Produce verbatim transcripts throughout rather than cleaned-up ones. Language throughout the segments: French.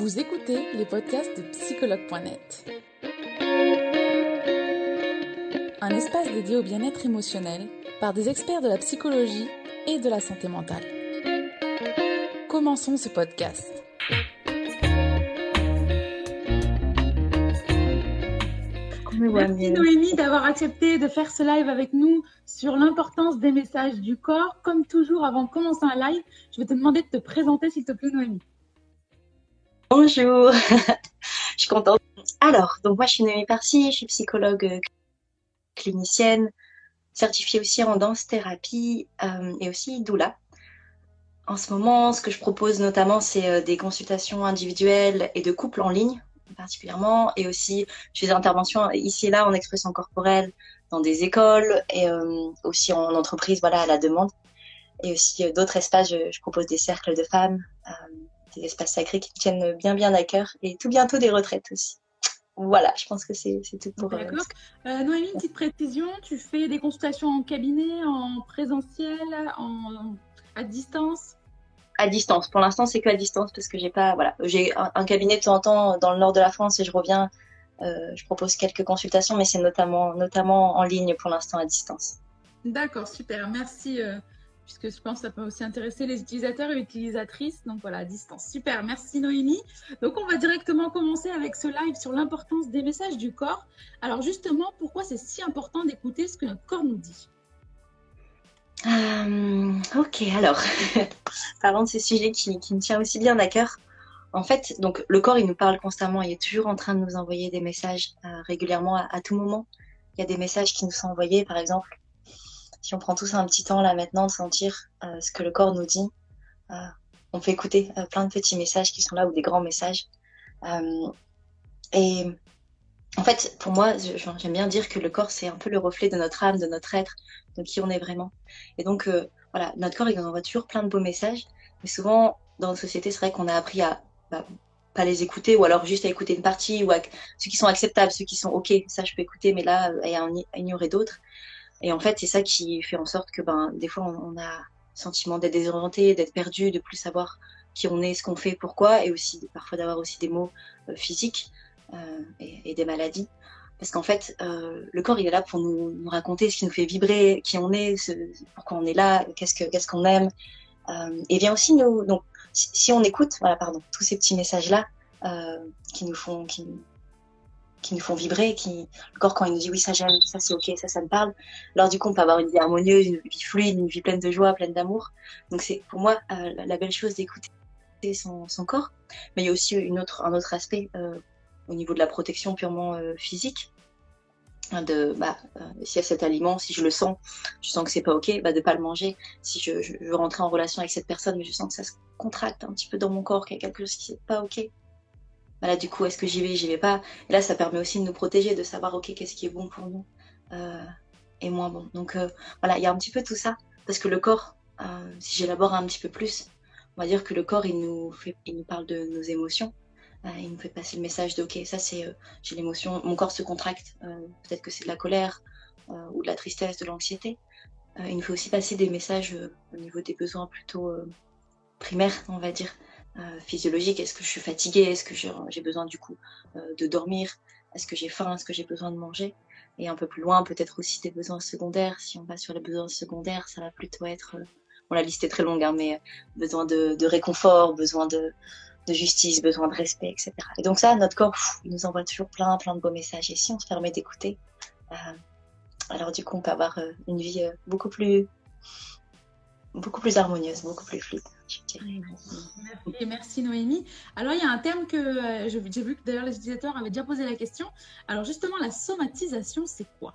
Vous écoutez les podcasts de psychologue point net. Un espace dédié au bien-être émotionnel par des experts de la psychologie et de la santé mentale. Commençons ce podcast. Merci Noémie d'avoir accepté de faire ce live avec nous sur l'importance des messages du corps. Comme toujours, avant de commencer un live, je vais te demander de te présenter, s'il te plaît, Noémie. Bonjour, je suis contente. Alors, donc moi je suis Noémie Parsi, je suis psychologue clinicienne, certifiée aussi en danse-thérapie euh, et aussi doula. En ce moment, ce que je propose notamment, c'est euh, des consultations individuelles et de couple en ligne, particulièrement, et aussi je fais des interventions ici et là en expression corporelle, dans des écoles et euh, aussi en entreprise, voilà, à la demande. Et aussi euh, d'autres espaces, je, je propose des cercles de femmes, euh, des espaces sacrés qui me tiennent bien bien à cœur, et tout bientôt des retraites aussi. Voilà, je pense que c'est, c'est tout pour... D'accord. Euh, Noémie, une petite précision, tu fais des consultations en cabinet, en présentiel, en, à distance? À distance. Pour l'instant, c'est que à distance parce que j'ai pas... Voilà, j'ai un, un cabinet de temps en temps dans le nord de la France et je reviens, euh, je propose quelques consultations, mais c'est notamment, notamment en ligne pour l'instant à distance. D'accord, super, merci. Euh... puisque je pense que ça peut aussi intéresser les utilisateurs et utilisatrices. Donc voilà, à distance. Super, merci Noémie. Donc on va directement commencer avec ce live sur l'importance des messages du corps. Alors justement, pourquoi c'est si important d'écouter ce que notre corps nous dit? euh, Ok, alors, parlons de ces sujets qui, qui me tiennent aussi bien à cœur. En fait, donc le corps, il nous parle constamment, il est toujours en train de nous envoyer des messages euh, régulièrement, à, à tout moment. Il y a des messages qui nous sont envoyés, par exemple, si on prend tous un petit temps là maintenant de sentir euh, ce que le corps nous dit, euh, on peut écouter euh, plein de petits messages qui sont là ou des grands messages. Euh, et en fait, pour moi, je, j'aime bien dire que le corps, c'est un peu le reflet de notre âme, de notre être, de qui on est vraiment. Et donc, euh, voilà, notre corps, il nous envoie toujours plein de beaux messages, mais souvent, dans notre société, c'est vrai qu'on a appris à bah, pas les écouter, ou alors juste à écouter une partie, ou à ceux qui sont acceptables, ceux qui sont OK, ça je peux écouter, mais là, il y a à ignorer d'autres. Et en fait, c'est ça qui fait en sorte que ben, des fois, on, on a le sentiment d'être désorienté, d'être perdu, de plus savoir qui on est, ce qu'on fait, pourquoi, et aussi parfois d'avoir aussi des maux euh, physiques euh, et, et des maladies. Parce qu'en fait, euh, le corps, il est là pour nous, nous raconter ce qui nous fait vibrer, qui on est, ce, pourquoi on est là, qu'est-ce, que, qu'est-ce qu'on aime. Euh, et bien aussi, nous, donc, si, si on écoute, voilà, pardon, tous ces petits messages-là euh, qui nous font... Qui, qui nous font vibrer, qui, le corps quand il nous dit oui ça j'aime, ça c'est ok, ça ça me parle, alors du coup on peut avoir une vie harmonieuse, une vie fluide, une vie pleine de joie, pleine d'amour. Donc c'est pour moi euh, la, la belle chose d'écouter son, son corps, mais il y a aussi une autre, un autre aspect euh, au niveau de la protection purement euh, physique, de bah euh, s'il y a cet aliment, si je le sens, je sens que c'est pas ok, bah de pas le manger. Si je, je, je veux rentrer en relation avec cette personne mais je sens que ça se contracte un petit peu dans mon corps, qu'il y a quelque chose qui n'est pas ok, voilà, du coup, est-ce que j'y vais, j'y vais pas? Et là, ça permet aussi de nous protéger, de savoir, ok, qu'est-ce qui est bon pour nous euh, et moins bon. Donc euh, voilà, il y a un petit peu tout ça, parce que le corps, euh, si j'élabore un petit peu plus, on va dire que le corps, il nous fait, il nous parle de nos émotions, euh, il nous fait passer le message de, ok, ça c'est, euh, j'ai l'émotion, mon corps se contracte, euh, peut-être que c'est de la colère euh, ou de la tristesse, de l'anxiété. Euh, il nous fait aussi passer des messages euh, au niveau des besoins plutôt euh, primaires, on va dire. Euh, physiologique, est-ce que je suis fatiguée, est-ce que j'ai, j'ai besoin du coup euh, de dormir, est-ce que j'ai faim, est-ce que j'ai besoin de manger, et un peu plus loin peut-être aussi des besoins secondaires. Si on va sur les besoins secondaires, ça va plutôt être, euh, bon la liste est très longue, hein, mais euh, besoin de, de réconfort, besoin de, de justice, besoin de respect, et cetera. Et donc ça, notre corps, pff, il nous envoie toujours plein plein de beaux messages, et si on se permet d'écouter, euh, alors du coup on peut avoir euh, une vie euh, beaucoup plus beaucoup plus harmonieuse, beaucoup plus fluide, je dirais. Merci, merci Noémie. Alors, il y a un terme que euh, j'ai vu que d'ailleurs les utilisateurs avaient déjà posé la question. Alors, justement, la somatisation, c'est quoi?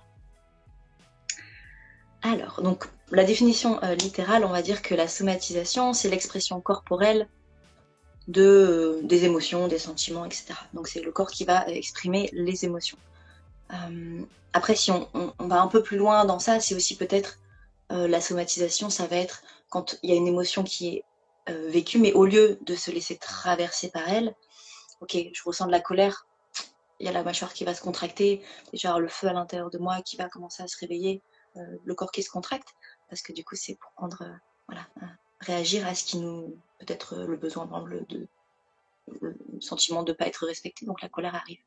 Alors, donc, la définition euh, littérale, on va dire que la somatisation, c'est l'expression corporelle de, euh, des émotions, des sentiments, et cetera. Donc, c'est le corps qui va exprimer les émotions. Euh, après, si on, on, on va un peu plus loin dans ça, c'est aussi peut-être euh, la somatisation, ça va être quand il y a une émotion qui est euh, vécue, mais au lieu de se laisser traverser par elle, ok, je ressens de la colère, il y a la mâchoire qui va se contracter, déjà le feu à l'intérieur de moi qui va commencer à se réveiller, euh, le corps qui se contracte, parce que du coup c'est pour prendre, euh, voilà, euh, réagir à ce qui nous, peut-être euh, le besoin de, le sentiment de ne pas être respecté, donc la colère arrive.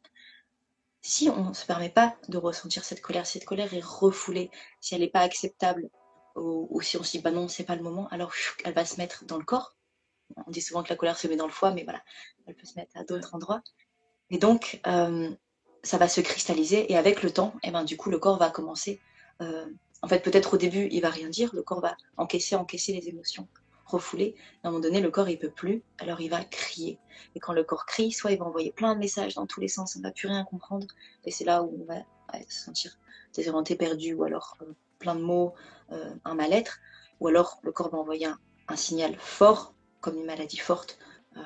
Si on ne se permet pas de ressentir cette colère, si cette colère est refoulée, si elle n'est pas acceptable, ou, ou si on se dit bah non, c'est pas le moment, alors elle va se mettre dans le corps. On dit souvent que la colère se met dans le foie, mais voilà, elle peut se mettre à d'autres endroits. Et donc, euh, ça va se cristalliser, et avec le temps, eh ben, du coup, le corps va commencer. Euh, en fait, peut-être au début, il va rien dire, le corps va encaisser, encaisser les émotions, refouler. À un moment donné, le corps, il peut plus, alors il va crier. Et quand le corps crie, soit il va envoyer plein de messages dans tous les sens, on ne va plus rien comprendre, et c'est là où on va ouais, se sentir désorienté, perdu, ou alors euh, plein de mots, euh, un mal-être, ou alors le corps va envoyer un, un signal fort, comme une maladie forte, euh,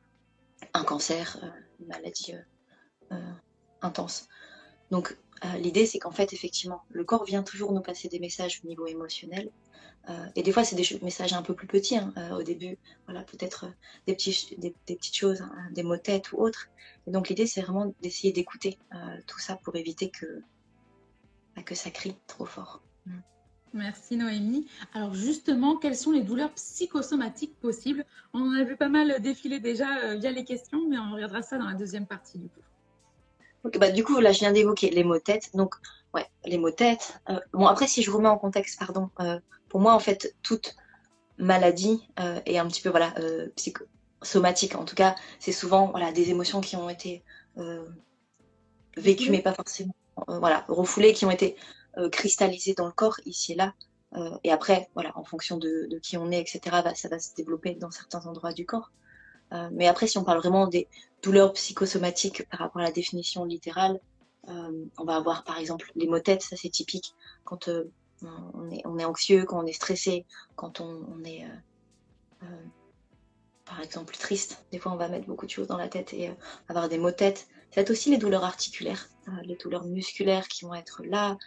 un cancer, euh, une maladie euh, euh, intense. Donc euh, l'idée c'est qu'en fait effectivement le corps vient toujours nous passer des messages au niveau émotionnel, euh, et des fois c'est des messages un peu plus petits, hein, euh, au début, voilà, peut-être euh, des, petits, des, des petites choses, hein, des mots têtes ou autres, et donc l'idée c'est vraiment d'essayer d'écouter euh, tout ça pour éviter que, bah, que ça crie trop fort. Mm. Merci Noémie. Alors justement, quelles sont les douleurs psychosomatiques possibles? On en a vu pas mal défiler déjà euh, via les questions, mais on regardera ça dans la deuxième partie du coup. Okay, bah, du coup, là, je viens d'évoquer les maux de tête. Donc, ouais, les maux de tête. Euh, bon, après, si je remets en contexte, pardon, euh, pour moi, en fait, toute maladie euh, est un petit peu, voilà, euh, psychosomatique. En tout cas, c'est souvent, voilà, des émotions qui ont été euh, vécues, mais pas forcément, euh, voilà, refoulées, qui ont été euh, cristallisées dans le corps, ici et là. Euh, et après, voilà, en fonction de, de qui on est, et cetera, bah, ça va se développer dans certains endroits du corps. Euh, mais après, si on parle vraiment des douleurs psychosomatiques par rapport à la définition littérale, euh, on va avoir par exemple les maux de tête, ça c'est typique quand euh, on, est, on est anxieux, quand on est stressé, quand on, on est euh, euh, par exemple triste. Des fois, on va mettre beaucoup de choses dans la tête et euh, avoir des maux de tête. Ça va être aussi les douleurs articulaires, euh, les douleurs musculaires qui vont être là.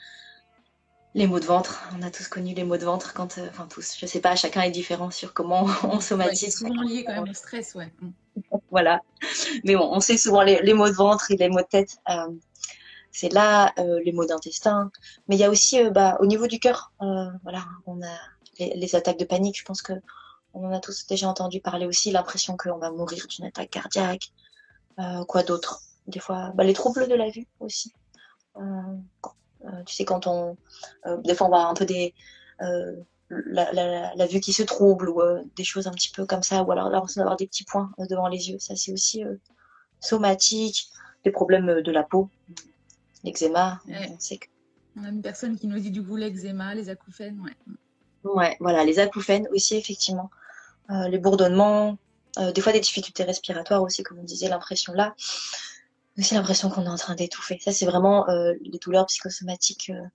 Les maux de ventre, on a tous connu les maux de ventre quand, euh, enfin tous, je sais pas, chacun est différent sur comment on somatise. Ouais, c'est souvent lié quand même au stress, ouais. Voilà, mais bon, on sait souvent les, les maux de ventre et les maux de tête, euh, c'est là, euh, les maux d'intestin, mais il y a aussi, euh, bah, au niveau du cœur, euh, voilà, on a les, les attaques de panique, je pense que on en a tous déjà entendu parler aussi, l'impression qu'on va mourir d'une attaque cardiaque, euh, quoi d'autre, des fois, bah, les troubles de la vue aussi. Euh, Euh, tu sais, quand on. Euh, des fois, on voit un peu des. Euh, la, la, la vue qui se trouble, ou euh, des choses un petit peu comme ça, ou alors là, on va avoir des petits points euh, devant les yeux. Ça, c'est aussi euh, somatique, des problèmes euh, de la peau, l'eczéma. Ouais. On sait que. On a une personne qui nous dit du coup l'eczéma, les acouphènes, ouais. Ouais, voilà, les acouphènes aussi, effectivement. Euh, les bourdonnements, euh, des fois des difficultés respiratoires aussi, comme on disait, l'impression là. Aussi l'impression qu'on est en train d'étouffer. Ça, c'est vraiment euh, les douleurs psychosomatiques euh,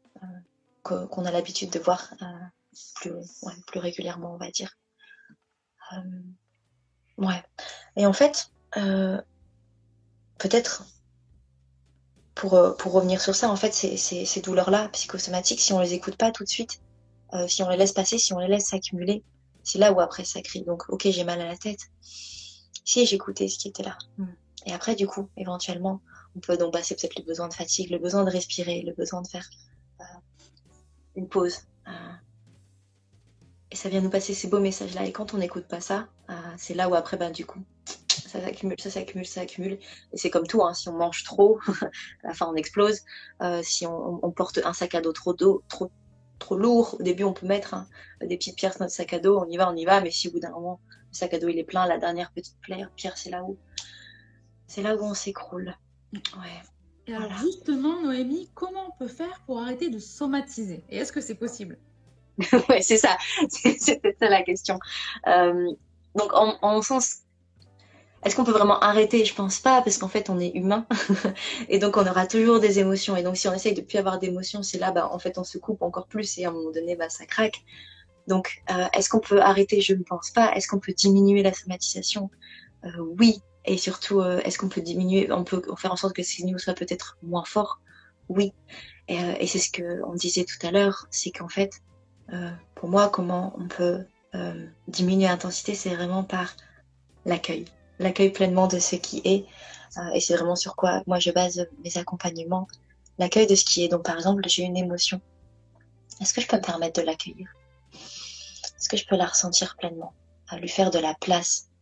euh, qu'on a l'habitude de voir euh, plus, ouais, plus régulièrement, on va dire. Euh, ouais. Et en fait, euh, peut-être, pour, pour revenir sur ça, en fait, ces, ces, ces douleurs-là, psychosomatiques, si on les écoute pas tout de suite, euh, si on les laisse passer, si on les laisse s'accumuler, c'est là où après ça crie. Donc, ok, j'ai mal à la tête. Si j'écoutais ce qui était là. Et après, du coup, éventuellement, on peut donc passer peut-être le besoin de fatigue, le besoin de respirer, le besoin de faire euh, une pause. Euh, et ça vient nous passer ces beaux messages-là. Et quand on n'écoute pas ça, euh, c'est là où après, bah, du coup, ça s'accumule, ça s'accumule, ça s'accumule. Et c'est comme tout, hein, si on mange trop, à la fin on explose. Euh, si on, on porte un sac à dos trop, dos, trop, trop lourd, au début on peut mettre hein, des petites pierres sur notre sac à dos, on y va, on y va. Mais si au bout d'un moment, le sac à dos il est plein, la dernière petite pierre, c'est là où c'est là où on s'écroule. Ouais. Et alors voilà. Justement, Noémie, comment on peut faire pour arrêter de somatiser? Et est-ce que c'est possible? Ouais, c'est ça. C'est peut-être ça la question. Euh, donc, en, en sens, est-ce qu'on peut vraiment arrêter? Je pense pas, parce qu'en fait, on est humain. Et donc, on aura toujours des émotions. Et donc, si on essaye de plus avoir d'émotions, c'est là, bah, en fait, on se coupe encore plus. Et à un moment donné, bah, ça craque. Donc, euh, est-ce qu'on peut arrêter? Je ne pense pas. Est-ce qu'on peut diminuer la somatisation? euh, Oui. Et surtout, euh, est-ce qu'on peut diminuer, on peut faire en sorte que ces signaux soient peut-être moins forts? Oui. Et, euh, et c'est ce qu'on disait tout à l'heure, c'est qu'en fait, euh, pour moi, comment on peut euh, diminuer l'intensité, c'est vraiment par l'accueil. L'accueil pleinement de ce qui est. Euh, et c'est vraiment sur quoi moi je base mes accompagnements. L'accueil de ce qui est. Donc par exemple, j'ai une émotion. Est-ce que je peux me permettre de l'accueillir? Est-ce que je peux la ressentir pleinement? À lui faire de la place?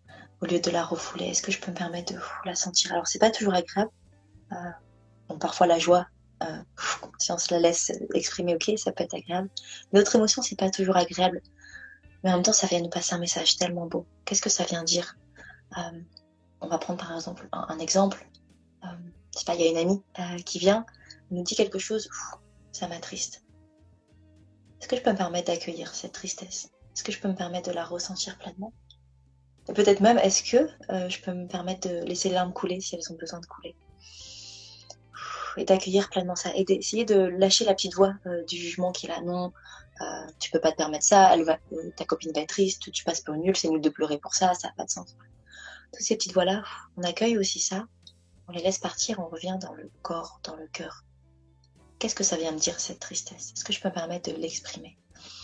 au lieu de la refouler, est-ce que je peux me permettre de la sentir? Alors, c'est pas toujours agréable. Euh, bon, parfois, la joie, euh, si on se la laisse exprimer, ok, ça peut être agréable. Mais notre émotion, c'est pas toujours agréable. Mais en même temps, ça vient nous passer un message tellement beau. Qu'est-ce que ça vient dire? euh, On va prendre par exemple un, un exemple. Euh, je sais pas, il y a une amie euh, qui vient, nous dit quelque chose, pff, ça m'attriste. Est-ce que je peux me permettre d'accueillir cette tristesse? Est-ce que je peux me permettre de la ressentir pleinement? Et peut-être même, est-ce que euh, je peux me permettre de laisser les larmes couler si elles ont besoin de couler? Et d'accueillir pleinement ça. Et d'essayer de lâcher la petite voix euh, du jugement qui est là. Non, euh, tu peux pas te permettre ça, elle va, euh, ta copine va être triste, tu passes pour une nulle, c'est nul de pleurer pour ça, ça n'a pas de sens. Toutes ces petites voix-là, on accueille aussi ça, on les laisse partir, on revient dans le corps, dans le cœur. Qu'est-ce que ça vient me dire, cette tristesse? Est-ce que je peux me permettre de l'exprimer?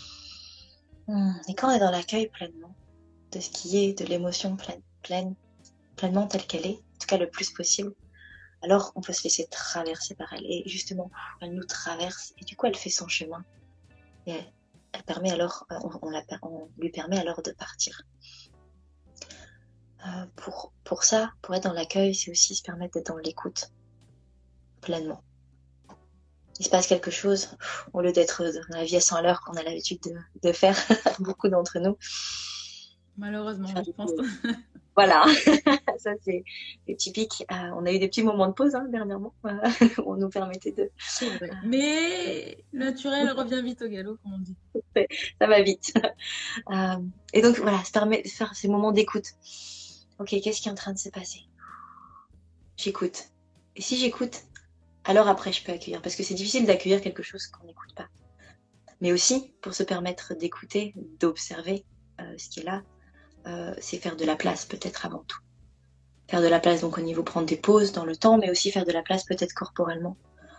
Et quand on est dans l'accueil pleinement, de ce qui est, de l'émotion pleine, pleine, pleinement telle qu'elle est, en tout cas le plus possible, alors on peut se laisser traverser par elle. Et justement, elle nous traverse, et du coup elle fait son chemin. Et elle, elle permet alors, on, on, la, on lui permet alors de partir. Euh, pour, pour ça, pour être dans l'accueil, c'est aussi se permettre d'être dans l'écoute pleinement. Il se passe quelque chose, pff, au lieu d'être dans la vie à cent à l'heure qu'on a l'habitude de, de faire, beaucoup d'entre nous. Malheureusement, je pense. Voilà, ça c'est, c'est typique. Euh, on a eu des petits moments de pause hein, dernièrement, euh, où on nous permettait de... C'est vrai. Euh, Mais le naturel revient vite au galop, comme on dit. Ça va vite. Euh, et donc voilà, ça permet de faire ces moments d'écoute. Ok, qu'est-ce qui est en train de se passer? J'écoute. Et si j'écoute, alors après je peux accueillir. Parce que c'est difficile d'accueillir quelque chose qu'on n'écoute pas. Mais aussi, pour se permettre d'écouter, d'observer euh, ce qui est là, euh, c'est faire de la place peut-être avant tout. Faire de la place donc au niveau prendre des pauses dans le temps, mais aussi faire de la place peut-être corporellement.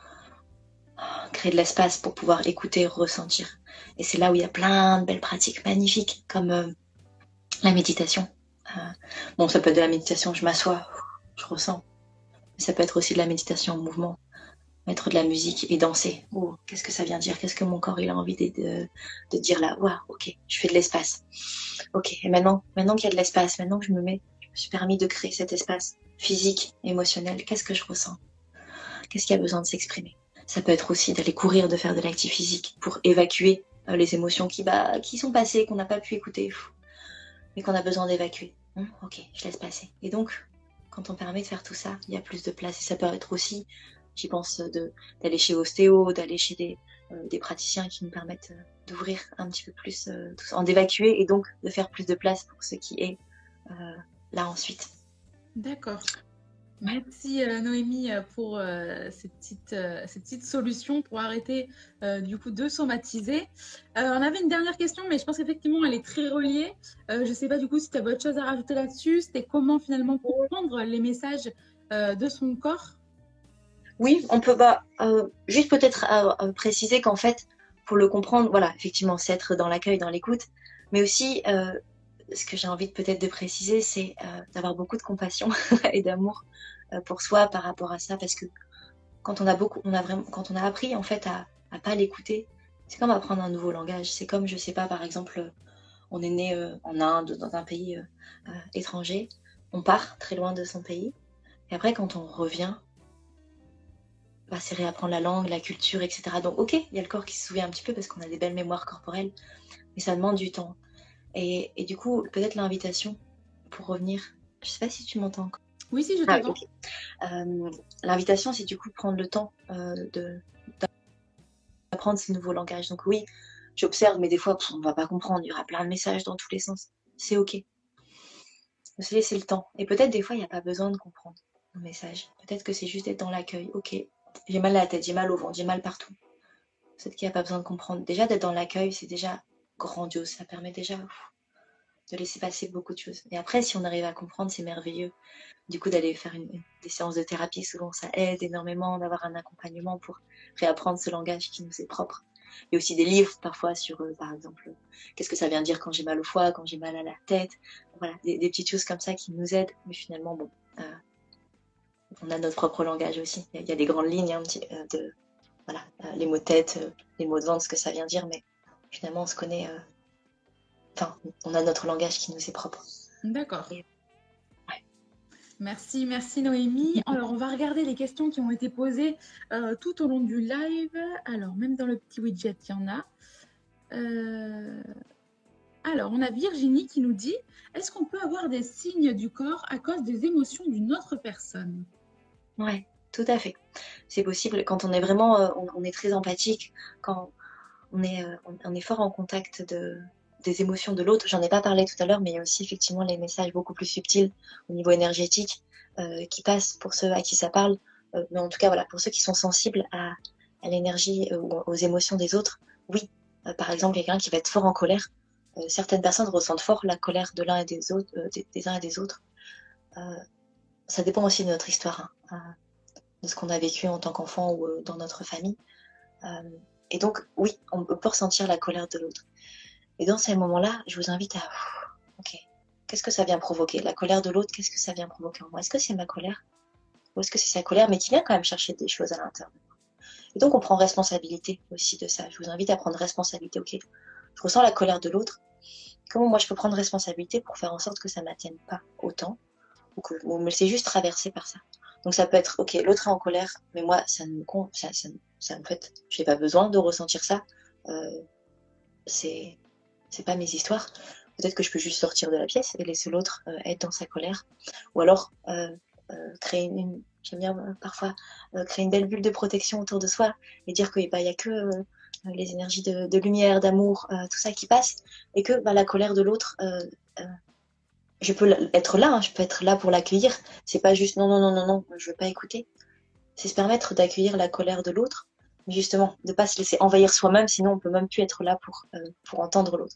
Créer de l'espace pour pouvoir écouter, ressentir. Et c'est là où il y a plein de belles pratiques magnifiques, comme euh, la méditation. Euh, bon, ça peut être de la méditation, je m'assois, je ressens. Mais ça peut être aussi de la méditation en mouvement. Mettre de la musique et danser. Oh, qu'est-ce que ça vient dire? Qu'est-ce que mon corps il a envie de, de, de dire là? Waouh, ok, je fais de l'espace. Ok, et maintenant, maintenant qu'il y a de l'espace, maintenant que je me mets, je me suis permis de créer cet espace physique, émotionnel, qu'est-ce que je ressens? Qu'est-ce qui a besoin de s'exprimer? Ça peut être aussi d'aller courir, de faire de l'activité physique pour évacuer euh, les émotions qui, bah, qui sont passées, qu'on n'a pas pu écouter, mais qu'on a besoin d'évacuer. Hum, ok, je laisse passer. Et donc, quand on permet de faire tout ça, il y a plus de place. Et ça peut être aussi, j'y pense, de, d'aller chez ostéo, d'aller chez des, euh, des praticiens qui nous permettent euh, d'ouvrir un petit peu plus, euh, tout ça, en d'évacuer et donc de faire plus de place pour ce qui est euh, là ensuite. D'accord. Merci euh, Noémie pour euh, ces, petites, euh, ces petites solutions pour arrêter euh, du coup de somatiser. Euh, on avait une dernière question, mais je pense qu'effectivement elle est très reliée. Euh, je ne sais pas du coup si tu as autre chose à rajouter là-dessus. C'était comment finalement comprendre les messages euh, de son corps? Oui, on peut bah, euh, juste peut-être euh, euh, préciser qu'en fait, pour le comprendre, voilà, effectivement, c'est être dans l'accueil, dans l'écoute, mais aussi euh, ce que j'ai envie de peut-être de préciser, c'est euh, d'avoir beaucoup de compassion et d'amour euh, pour soi par rapport à ça, parce que quand on a beaucoup, on a vraiment, quand on a appris en fait à, à pas l'écouter, c'est comme apprendre un nouveau langage. C'est comme, je sais pas, par exemple, on est né euh, en Inde, dans un pays euh, euh, étranger, on part très loin de son pays, et après quand on revient, bah, c'est réapprendre la langue, la culture, et cetera. Donc ok, il y a le corps qui se souvient un petit peu parce qu'on a des belles mémoires corporelles, mais ça demande du temps. Et, et du coup, peut-être l'invitation pour revenir. Je sais pas si tu m'entends encore. Oui, si, je t'entends. Ah, okay. euh, l'invitation, c'est du coup prendre le temps euh, de, d'apprendre ces nouveaux langages. Donc oui, j'observe, mais des fois, pff, on ne va pas comprendre. Il y aura plein de messages dans tous les sens. C'est ok. De se laisser le temps. Et peut-être des fois, il n'y a pas besoin de comprendre le message. Peut-être que c'est juste d'être dans l'accueil. Ok, j'ai mal à la tête, j'ai mal au ventre, j'ai mal partout. Peut-être qu'il n'y a pas besoin de comprendre. Déjà, d'être dans l'accueil, c'est déjà grandiose. Ça permet déjà pff, de laisser passer beaucoup de choses. Et après, si on arrive à comprendre, c'est merveilleux. Du coup, d'aller faire une, une, des séances de thérapie, souvent, ça aide énormément d'avoir un accompagnement pour réapprendre ce langage qui nous est propre. Il y a aussi des livres, parfois, sur, euh, par exemple, euh, qu'est-ce que ça vient dire quand j'ai mal au foie, quand j'ai mal à la tête. Voilà, des, des petites choses comme ça qui nous aident. Mais finalement, bon, euh, on a notre propre langage aussi. Il y a, il y a des grandes lignes hein, euh, de, voilà, euh, les mots de tête, euh, les mots de ventre, ce que ça vient dire. Mais finalement, on se connaît... Euh, Enfin, on a notre langage qui nous est propre. D'accord. Et Merci, merci Noémie. Alors, on va regarder les questions qui ont été posées euh, tout au long du live. Alors, même dans le petit widget, il y en a. Euh, Alors, on a Virginie qui nous dit, est-ce qu'on peut avoir des signes du corps à cause des émotions d'une autre personne? Ouais, tout à fait. C'est possible quand on est vraiment, euh, on, on est très empathique, quand on est, euh, on, on est fort en contact de, des émotions de l'autre. J'en ai pas parlé tout à l'heure, mais il y a aussi effectivement les messages beaucoup plus subtils au niveau énergétique euh, qui passent pour ceux à qui ça parle. Euh, mais en tout cas, voilà, pour ceux qui sont sensibles à, à l'énergie euh, ou aux émotions des autres, oui. Euh, par exemple, quelqu'un qui va être fort en colère, euh, certaines personnes ressentent fort la colère de l'un et des autres, euh, des, des uns et des autres. Euh, ça dépend aussi de notre histoire, hein, de ce qu'on a vécu en tant qu'enfant ou euh, dans notre famille. Euh, et donc, oui, on peut ressentir la colère de l'autre. Et dans ces moments-là, je vous invite à... Ok, qu'est-ce que ça vient provoquer? La colère de l'autre, qu'est-ce que ça vient provoquer en moi? Est-ce que c'est ma colère? Ou est-ce que c'est sa colère, mais qui vient quand même chercher des choses à l'intérieur? Et donc, on prend responsabilité aussi de ça. Je vous invite à prendre responsabilité. Ok, je ressens la colère de l'autre. Comment moi, je peux prendre responsabilité pour faire en sorte que ça ne m'atteigne pas autant, ou que ou me laisser juste traverser par ça? Donc, ça peut être, ok, l'autre est en colère, mais moi, ça ne me compte, ça, ça, ça, en fait, je n'ai pas besoin de ressentir ça. Euh, c'est, c'est pas mes histoires. Peut-être que je peux juste sortir de la pièce et laisser l'autre euh, être dans sa colère. Ou alors, euh, euh, créer une, une j'aime bien euh, parfois euh, créer une belle bulle de protection autour de soi et dire qu'il bah, y a que euh, les énergies de, de lumière, d'amour, euh, tout ça qui passe, et que bah, la colère de l'autre, euh, euh, je peux être là, hein, je peux être là pour l'accueillir. C'est pas juste non, non, non, non, non, je veux pas écouter. C'est se permettre d'accueillir la colère de l'autre, mais justement, de pas se laisser envahir soi-même, sinon on peut même plus être là pour, euh, pour entendre l'autre.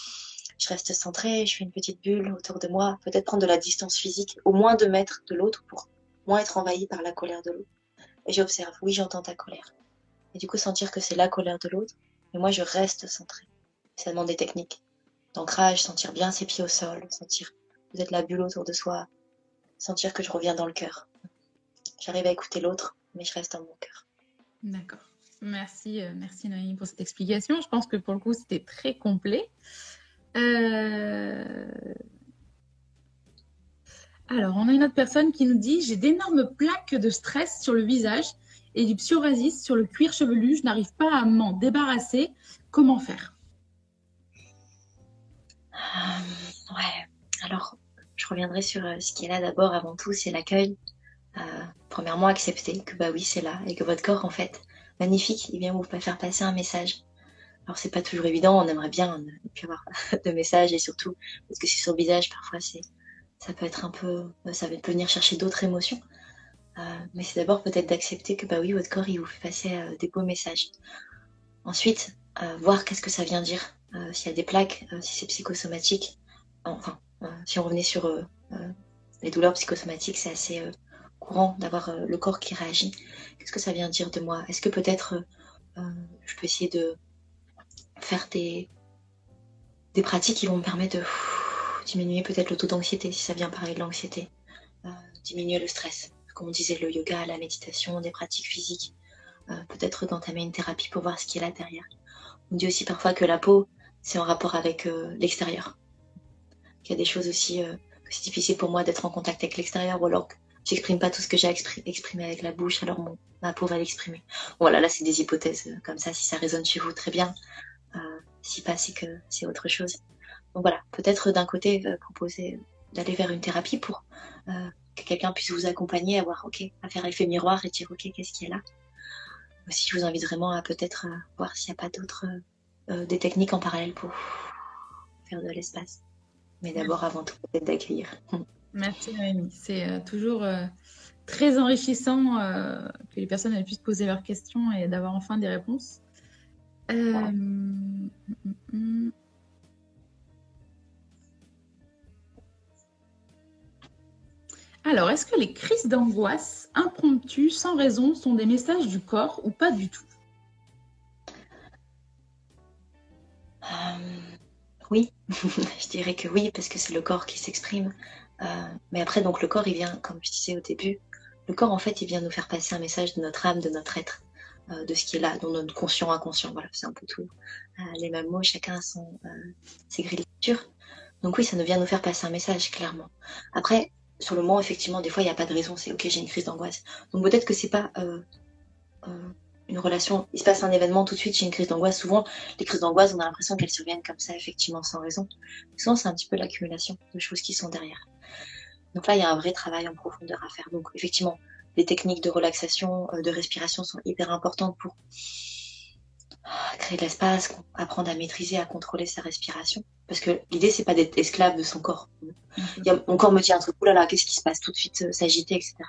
Je reste centrée, je fais une petite bulle autour de moi, peut-être prendre de la distance physique, au moins deux mètres de l'autre pour moins être envahie par la colère de l'autre. Et j'observe, oui, j'entends ta colère. Et du coup, sentir que c'est la colère de l'autre, mais moi, je reste centrée. Ça demande des techniques d'ancrage, sentir bien ses pieds au sol, sentir peut-être la bulle autour de soi, sentir que je reviens dans le cœur. J'arrive à écouter l'autre, mais je reste dans mon cœur. D'accord. Merci, euh, merci Noémie pour cette explication. Je pense que pour le coup, c'était très complet. Euh... Alors, on a une autre personne qui nous dit « J'ai d'énormes plaques de stress sur le visage et du psoriasis sur le cuir chevelu. Je n'arrive pas à m'en débarrasser. Comment faire ?» euh, Ouais, alors, je reviendrai sur euh, ce qui est là d'abord, avant tout, c'est l'accueil. Euh, premièrement, accepter que bah oui, c'est là et que votre corps, en fait, magnifique, il vient vous faire passer un message. Alors, c'est pas toujours évident, on aimerait bien ne plus avoir de message, et surtout, parce que c'est sur le visage, parfois, c'est, ça peut être un peu, ça peut venir chercher d'autres émotions. Euh, mais c'est d'abord peut-être d'accepter que, bah oui, votre corps, il vous fait passer euh, des beaux messages. Ensuite, euh, voir qu'est-ce que ça vient dire, euh, s'il y a des plaques, euh, si c'est psychosomatique. Enfin, euh, si on revenait sur euh, euh, les douleurs psychosomatiques, c'est assez euh, courant d'avoir euh, le corps qui réagit. Qu'est-ce que ça vient dire de moi? Est-ce que peut-être euh, je peux essayer de faire des, des pratiques qui vont me permettre de pff, diminuer peut-être le taux d'anxiété, si ça vient parler de l'anxiété, euh, diminuer le stress. Comme on disait, le yoga, la méditation, des pratiques physiques, euh, peut-être d'entamer une thérapie pour voir ce qui est là derrière. On dit aussi parfois que la peau, c'est en rapport avec euh, l'extérieur. Il y a des choses aussi euh, que c'est difficile pour moi d'être en contact avec l'extérieur, ou alors que j'exprime pas tout ce que j'ai exprimé avec la bouche, alors mon, ma peau va l'exprimer. Voilà, là c'est des hypothèses euh, comme ça, si ça résonne chez vous, très bien. Euh, si pas, c'est que c'est autre chose. Donc voilà, peut-être d'un côté euh, proposer d'aller vers une thérapie pour euh, que quelqu'un puisse vous accompagner à voir, ok, à faire effet miroir et dire, ok, qu'est-ce qui est là. Aussi, je vous invite vraiment à peut-être euh, voir s'il n'y a pas d'autres euh, des techniques en parallèle pour faire de l'espace. Mais d'abord, avant tout, peut-être d'accueillir. Merci Noémie. C'est euh, toujours euh, très enrichissant euh, que les personnes elles puissent poser leurs questions et d'avoir enfin des réponses. Euh, Ouais. mm, mm, mm. Alors, est-ce que les crises d'angoisse impromptues, sans raison, sont des messages du corps ou pas du tout? Euh, oui, je dirais que oui, parce que c'est le corps qui s'exprime. Euh, mais après, donc le corps, il vient, comme je disais au début, le corps, en fait, il vient nous faire passer un message de notre âme, de notre être, euh, de ce qui est là, dans notre conscient, inconscient. Voilà, c'est un peu tout. Euh, les mêmes mots, chacun a son, euh, ses grilles de lecture. Donc oui, ça nous vient nous faire passer un message, clairement. Après, sur le moment, effectivement, des fois, il n'y a pas de raison. C'est ok, j'ai une crise d'angoisse. Donc peut-être que c'est pas euh, euh, une relation. Il se passe un événement tout de suite, j'ai une crise d'angoisse. Souvent, les crises d'angoisse, on a l'impression qu'elles surviennent comme ça, effectivement, sans raison. Souvent, c'est un petit peu l'accumulation de choses qui sont derrière. Donc là, il y a un vrai travail en profondeur à faire. Donc effectivement, les techniques de relaxation, euh, de respiration sont hyper importantes pour créer de l'espace, apprendre à maîtriser, à contrôler sa respiration. Parce que l'idée, c'est pas d'être esclave de son corps. Il y a, mon corps me dit un truc, oulala, qu'est-ce qui se passe? Tout de suite, euh, s'agiter, et cetera.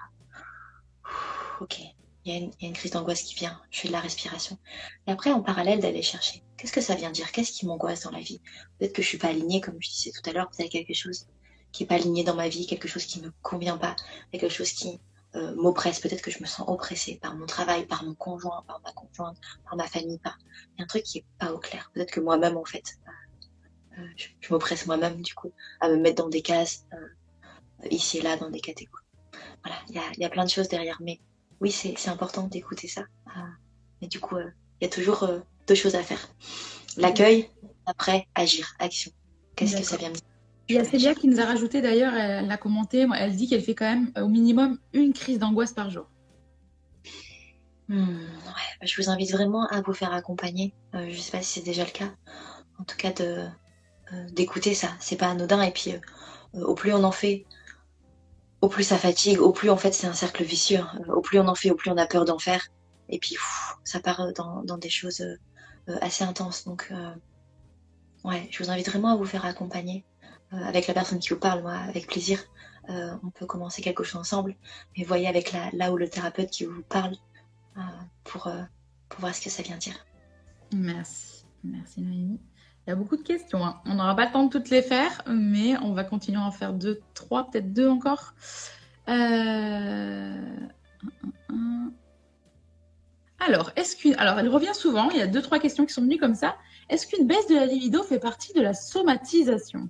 Ok, il y a une, il y a une crise d'angoisse qui vient, je fais de la respiration. Et après, en parallèle, d'aller chercher, qu'est-ce que ça vient dire? Qu'est-ce qui m'angoisse dans la vie? Peut-être que je suis pas alignée, comme je disais tout à l'heure, peut-être quelque chose qui est pas aligné dans ma vie, quelque chose qui me convient pas, quelque chose qui euh, m'oppresse. Peut-être que je me sens oppressée par mon travail, par mon conjoint, par ma conjointe, par ma famille, par... Il y a un truc qui est pas au clair. Peut-être que moi-même, en fait, euh, euh, je, je m'oppresse moi-même, du coup, à me mettre dans des cases, euh, ici et là, dans des catégories. Voilà, il y a, y a plein de choses derrière. Mais oui, c'est important d'écouter ça. Euh, mais du coup, il euh, y a toujours euh, deux choses à faire. L'accueil, après, agir, action. Qu'est-ce que ça vient me dire? Il y a Célia qui nous a rajouté d'ailleurs, elle l'a commenté, elle dit qu'elle fait quand même au minimum une crise d'angoisse par jour. Hmm, ouais, je vous invite vraiment à vous faire accompagner. Euh, je ne sais pas si c'est déjà le cas. En tout cas, de euh, d'écouter ça. C'est pas anodin. Et puis, euh, au plus on en fait, au plus ça fatigue. Au plus, en fait, c'est un cercle vicieux. Euh, au plus on en fait, au plus on a peur d'en faire. Et puis, pff, ça part dans, dans des choses euh, assez intenses. Donc, euh, ouais, je vous invite vraiment à vous faire accompagner. Euh, avec la personne qui vous parle, moi, avec plaisir, euh, on peut commencer quelque chose ensemble. Mais voyez avec la, là où le thérapeute qui vous parle euh, pour, euh, pour voir ce que ça vient dire. Merci, merci Noémie. Il y a beaucoup de questions. Hein. On n'aura pas le temps de toutes les faire, mais on va continuer à en faire deux, trois, peut-être deux encore. Euh... Alors, est-ce qu'une... Alors, elle revient souvent. Il y a deux, trois questions qui sont venues comme ça. Est-ce qu'une baisse de la libido fait partie de la somatisation?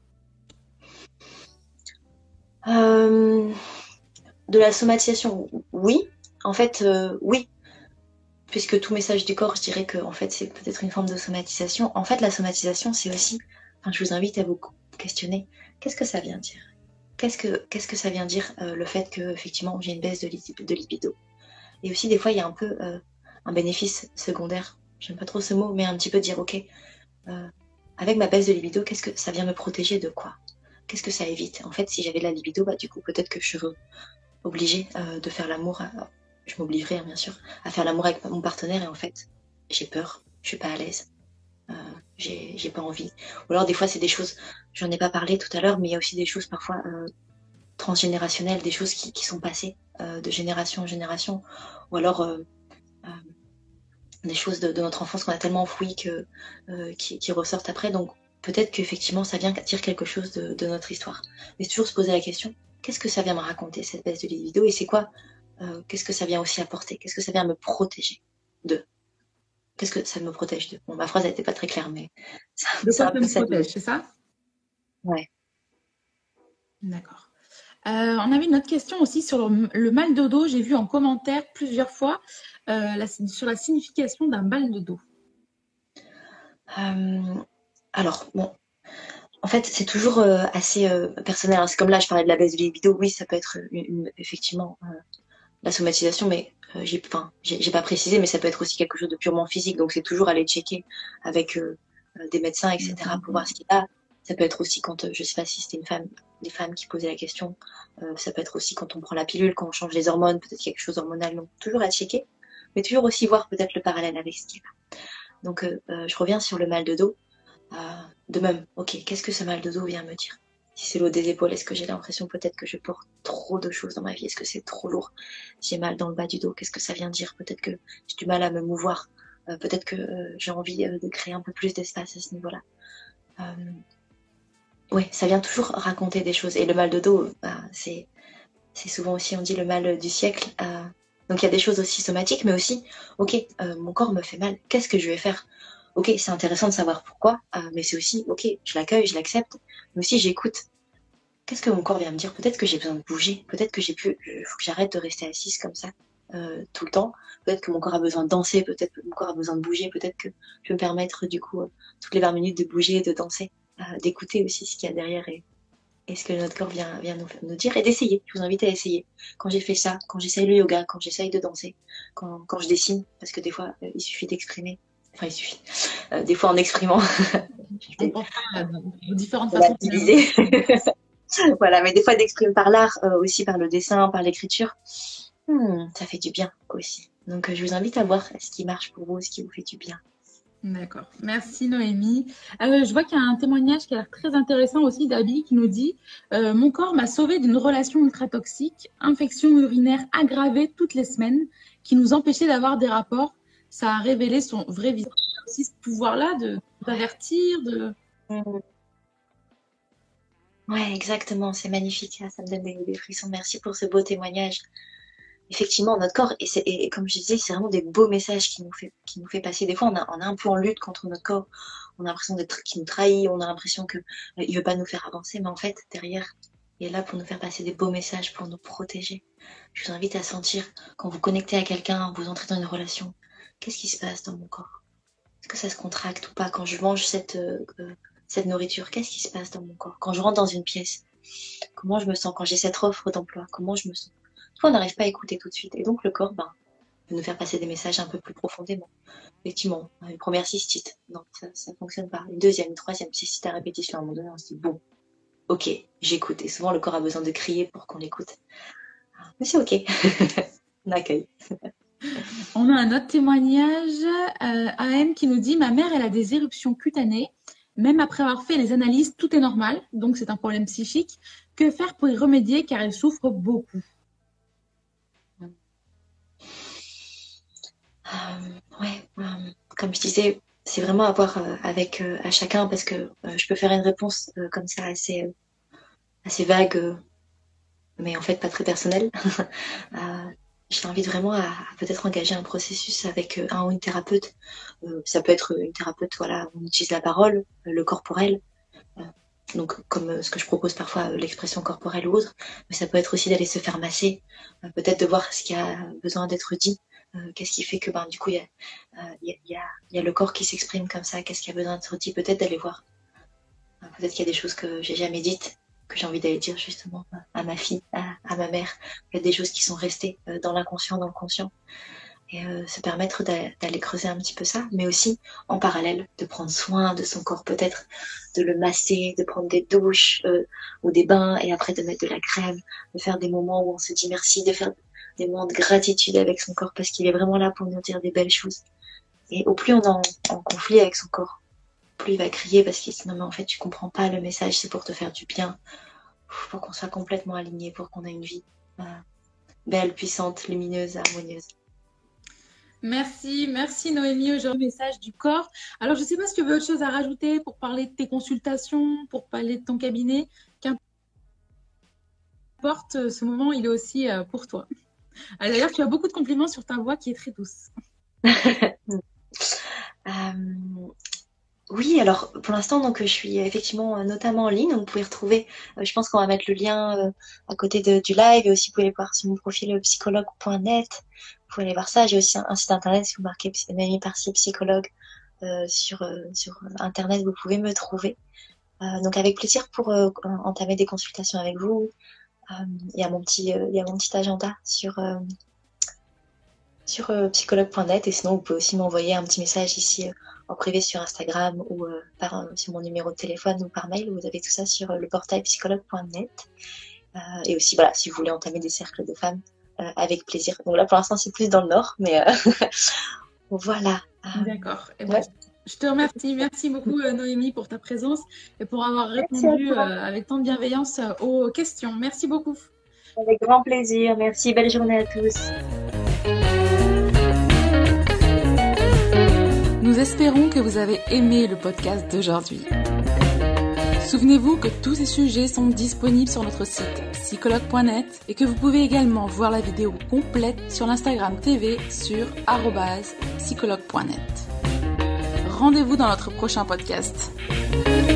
Euh, de la somatisation, oui. En fait, euh, oui. Puisque tout message du corps, je dirais que en fait, c'est peut-être une forme de somatisation. En fait, la somatisation, c'est aussi... Enfin, je vous invite à vous questionner. Qu'est-ce que ça vient dire? Qu'est-ce que, qu'est-ce que ça vient dire euh, le fait que effectivement j'ai une baisse de, li de libido? Et aussi, des fois, il y a un peu euh, un bénéfice secondaire. J'aime pas trop ce mot, mais un petit peu dire, ok, euh, avec ma baisse de libido, qu'est-ce que ça vient me protéger de quoi? Qu'est-ce que ça évite? En fait, si j'avais de la libido, bah, du coup, peut-être que je serais obligée euh, de faire l'amour, à... je m'obligerais, hein, bien sûr, à faire l'amour avec mon partenaire, et en fait, j'ai peur, je suis pas à l'aise, euh, j'ai pas envie. Ou alors, des fois, c'est des choses, j'en ai pas parlé tout à l'heure, mais il y a aussi des choses parfois euh, transgénérationnelles, des choses qui, qui sont passées euh, de génération en génération, ou alors euh, euh, des choses de, de notre enfance qu'on a tellement enfouies que, euh, qui, qui ressortent après. Donc, peut-être qu'effectivement, ça vient dire quelque chose de, de notre histoire. Mais toujours se poser la question, qu'est-ce que ça vient me raconter, cette baisse de libido? Et c'est quoi, euh, qu'est-ce que ça vient aussi apporter? Qu'est-ce que ça vient me protéger de? Qu'est-ce que ça me protège de? Bon, ma phrase n'était pas très claire, mais... Ça, de quoi ça me protège, c'est ça? Ouais. D'accord. Euh, on avait une autre question aussi sur le, le mal de dos. J'ai vu en commentaire plusieurs fois euh, la, sur la signification d'un mal de dos. Euh, alors, bon... En fait, c'est toujours euh, assez euh, personnel. Hein. C'est comme là, je parlais de la baisse de libido. Oui, ça peut être une, une, effectivement euh, la somatisation, mais euh, j'ai enfin, pas précisé, mais ça peut être aussi quelque chose de purement physique. Donc, c'est toujours aller checker avec euh, des médecins, et cetera, pour voir ce qu'il y a. Ça peut être aussi quand, euh, je sais pas si c'était une femme, des femmes qui posaient la question. Euh, ça peut être aussi quand on prend la pilule, quand on change les hormones, peut-être quelque chose hormonal. Donc, toujours à checker, mais toujours aussi voir peut-être le parallèle avec ce qu'il y a. Donc, euh, euh, je reviens sur le mal de dos. Euh, de même, ok, qu'est-ce que ce mal de dos vient me dire? Si c'est l'eau des épaules, est-ce que j'ai l'impression peut-être que je porte trop de choses dans ma vie? Est-ce que c'est trop lourd? Si j'ai mal dans le bas du dos, qu'est-ce que ça vient dire? Peut-être que j'ai du mal à me mouvoir. Euh, peut-être que euh, j'ai envie euh, de créer un peu plus d'espace à ce niveau-là. Euh, oui, ça vient toujours raconter des choses. Et le mal de dos, bah, c'est souvent aussi, on dit, le mal du siècle. Euh, donc il y a des choses aussi somatiques, mais aussi, ok, euh, mon corps me fait mal. Qu'est-ce que je vais faire? Ok, c'est intéressant de savoir pourquoi, euh, mais c'est aussi, ok, je l'accueille, je l'accepte, mais aussi j'écoute. Qu'est-ce que mon corps vient me dire? Peut-être que j'ai besoin de bouger, peut-être que j'ai pu, il faut que j'arrête de rester assise comme ça euh, tout le temps. Peut-être que mon corps a besoin de danser, peut-être que mon corps a besoin de bouger, peut-être que je vais me permettre du coup euh, toutes les vingt minutes de bouger, de danser, euh, d'écouter aussi ce qu'il y a derrière et, et ce que notre corps vient, vient nous, nous dire, et d'essayer. Je vous invite à essayer. Quand j'ai fait ça, quand j'essaye le yoga, quand j'essaye de danser, quand, quand je dessine, parce que des fois, euh, il suffit d'exprimer. Enfin, il suffit. Euh, des fois, en exprimant. On comprend euh, de différentes façons. Voilà, mais des fois, d'exprimer par l'art, euh, aussi par le dessin, par l'écriture, hmm, ça fait du bien aussi. Donc, euh, je vous invite à voir ce qui marche pour vous, ce qui vous fait du bien. D'accord. Merci Noémie. Euh, je vois qu'il y a un témoignage qui a l'air très intéressant aussi d'Abby qui nous dit euh, « Mon corps m'a sauvé d'une relation ultra toxique, infection urinaire aggravée toutes les semaines, qui nous empêchait d'avoir des rapports. Ça a révélé son vrai visage. » Aussi ce pouvoir-là de t'avertir, de... Ouais, exactement. C'est magnifique. Ça me donne des, des frissons. Merci pour ce beau témoignage. Effectivement, notre corps, et, et, et comme je disais, c'est vraiment des beaux messages qui nous fait, qui nous fait passer. Des fois, on, a, on est un peu en lutte contre notre corps. On a l'impression d'être, qu'il nous trahit. On a l'impression qu'il euh, ne veut pas nous faire avancer. Mais en fait, derrière, il est là pour nous faire passer des beaux messages, pour nous protéger. Je vous invite à sentir, quand vous connectez à quelqu'un, vous entrez dans une relation, qu'est-ce qui se passe dans mon corps? Est-ce que ça se contracte ou pas? Quand je mange cette, euh, cette nourriture, qu'est-ce qui se passe dans mon corps? Quand je rentre dans une pièce, comment je me sens? Quand j'ai cette offre d'emploi, comment je me sens? Soit on n'arrive pas à écouter tout de suite. Et donc, le corps, ben, peut nous faire passer des messages un peu plus profondément. Effectivement, une première cystite, non, ça ne fonctionne pas. Une deuxième, une troisième cystite à répétition, à un moment donné, on se dit, bon, ok, j'écoute. Et souvent, le corps a besoin de crier pour qu'on l'écoute. Mais c'est ok, on accueille. On a un autre témoignage, euh, A M qui nous dit « Ma mère, elle a des éruptions cutanées. Même après avoir fait les analyses, tout est normal. Donc, c'est un problème psychique. Que faire pour y remédier car elle souffre beaucoup ?» Euh, ouais, euh, comme je disais, c'est vraiment à voir euh, avec euh, à chacun parce que euh, je peux faire une réponse euh, comme ça assez, euh, assez vague, euh, mais en fait pas très personnelle. euh, je t'invite vraiment à, à peut-être engager un processus avec euh, un ou une thérapeute. Euh, ça peut être une thérapeute, voilà, on utilise la parole, euh, le corporel. Euh, donc comme euh, ce que je propose parfois, euh, l'expression corporelle ou autre, mais ça peut être aussi d'aller se faire masser, euh, peut-être de voir ce qui a besoin d'être dit. Euh, qu'est-ce qui fait que ben, du coup, il y, euh, y, y, y a le corps qui s'exprime comme ça? Qu'est-ce qui a besoin d'être dit? Peut-être d'aller voir. Euh, peut-être qu'il y a des choses que j'ai jamais dites, que j'ai envie d'aller dire justement à ma fille, à, à ma mère. Il y a des choses qui sont restées euh, dans l'inconscient, dans le conscient. Et euh, se permettre d'aller creuser un petit peu ça, mais aussi en parallèle de prendre soin de son corps, peut-être de le masser, de prendre des douches euh, ou des bains et après de mettre de la crème, de faire des moments où on se dit merci, de faire des moments de gratitude avec son corps parce qu'il est vraiment là pour nous dire des belles choses. Et au plus on est en, en conflit avec son corps, plus il va crier parce qu'il dit non mais en fait tu comprends pas le message, c'est pour te faire du bien, pour qu'on soit complètement aligné, pour qu'on ait une vie euh, belle, puissante, lumineuse, harmonieuse. Merci, merci Noémie, aujourd'hui message du corps. Alors je ne sais pas si tu veux autre chose à rajouter pour parler de tes consultations, pour parler de ton cabinet, qu'importe ce moment, il est aussi pour toi. D'ailleurs, tu as beaucoup de compliments sur ta voix qui est très douce. euh, oui, alors pour l'instant, donc je suis effectivement notamment en ligne. Donc, vous pouvez retrouver, euh, je pense qu'on va mettre le lien euh, à côté de, du live et aussi vous pouvez aller voir sur mon profil psychologue point net. Vous pouvez aller voir ça. J'ai aussi un, un site internet, si vous marquez Noémie Parcier psychologue euh, sur, euh, sur internet, vous pouvez me trouver. Euh, donc avec plaisir pour euh, entamer des consultations avec vous. Il euh, y a mon petit, il euh, y a mon petit agenda sur euh, sur euh, psychologue point net et sinon vous pouvez aussi m'envoyer un petit message ici euh, en privé sur Instagram ou euh, par euh, sur mon numéro de téléphone ou par mail. Vous avez tout ça sur euh, le portail psychologue point net euh, et aussi voilà si vous voulez entamer des cercles de femmes euh, avec plaisir. Donc là pour l'instant c'est plus dans le nord mais euh, voilà. D'accord. Et ouais. Je te remercie. Merci beaucoup, Noémie, pour ta présence et pour avoir répondu euh, avec tant de bienveillance euh, aux questions. Merci beaucoup. Avec grand plaisir. Merci. Belle journée à tous. Nous espérons que vous avez aimé le podcast d'aujourd'hui. Souvenez-vous que tous ces sujets sont disponibles sur notre site psychologue point net et que vous pouvez également voir la vidéo complète sur l'Instagram T V sur arobase psychologue point net. Rendez-vous dans notre prochain podcast.